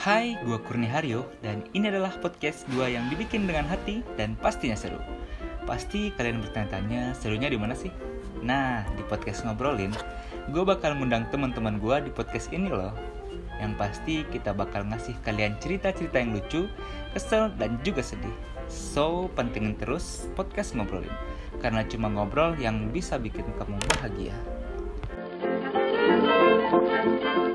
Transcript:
Hai, gue Kurni Haryo dan ini adalah podcast gue yang dibikin dengan hati dan pastinya seru. Pasti kalian bertanya-tanya serunya di mana sih? Nah, di podcast ngobrolin, gue bakal ngundang teman-teman gue di podcast ini loh. Yang pasti kita bakal ngasih kalian cerita-cerita yang lucu, kesel, dan juga sedih. So, pentingin terus podcast ngobrolin, karena cuma ngobrol yang bisa bikin kamu bahagia.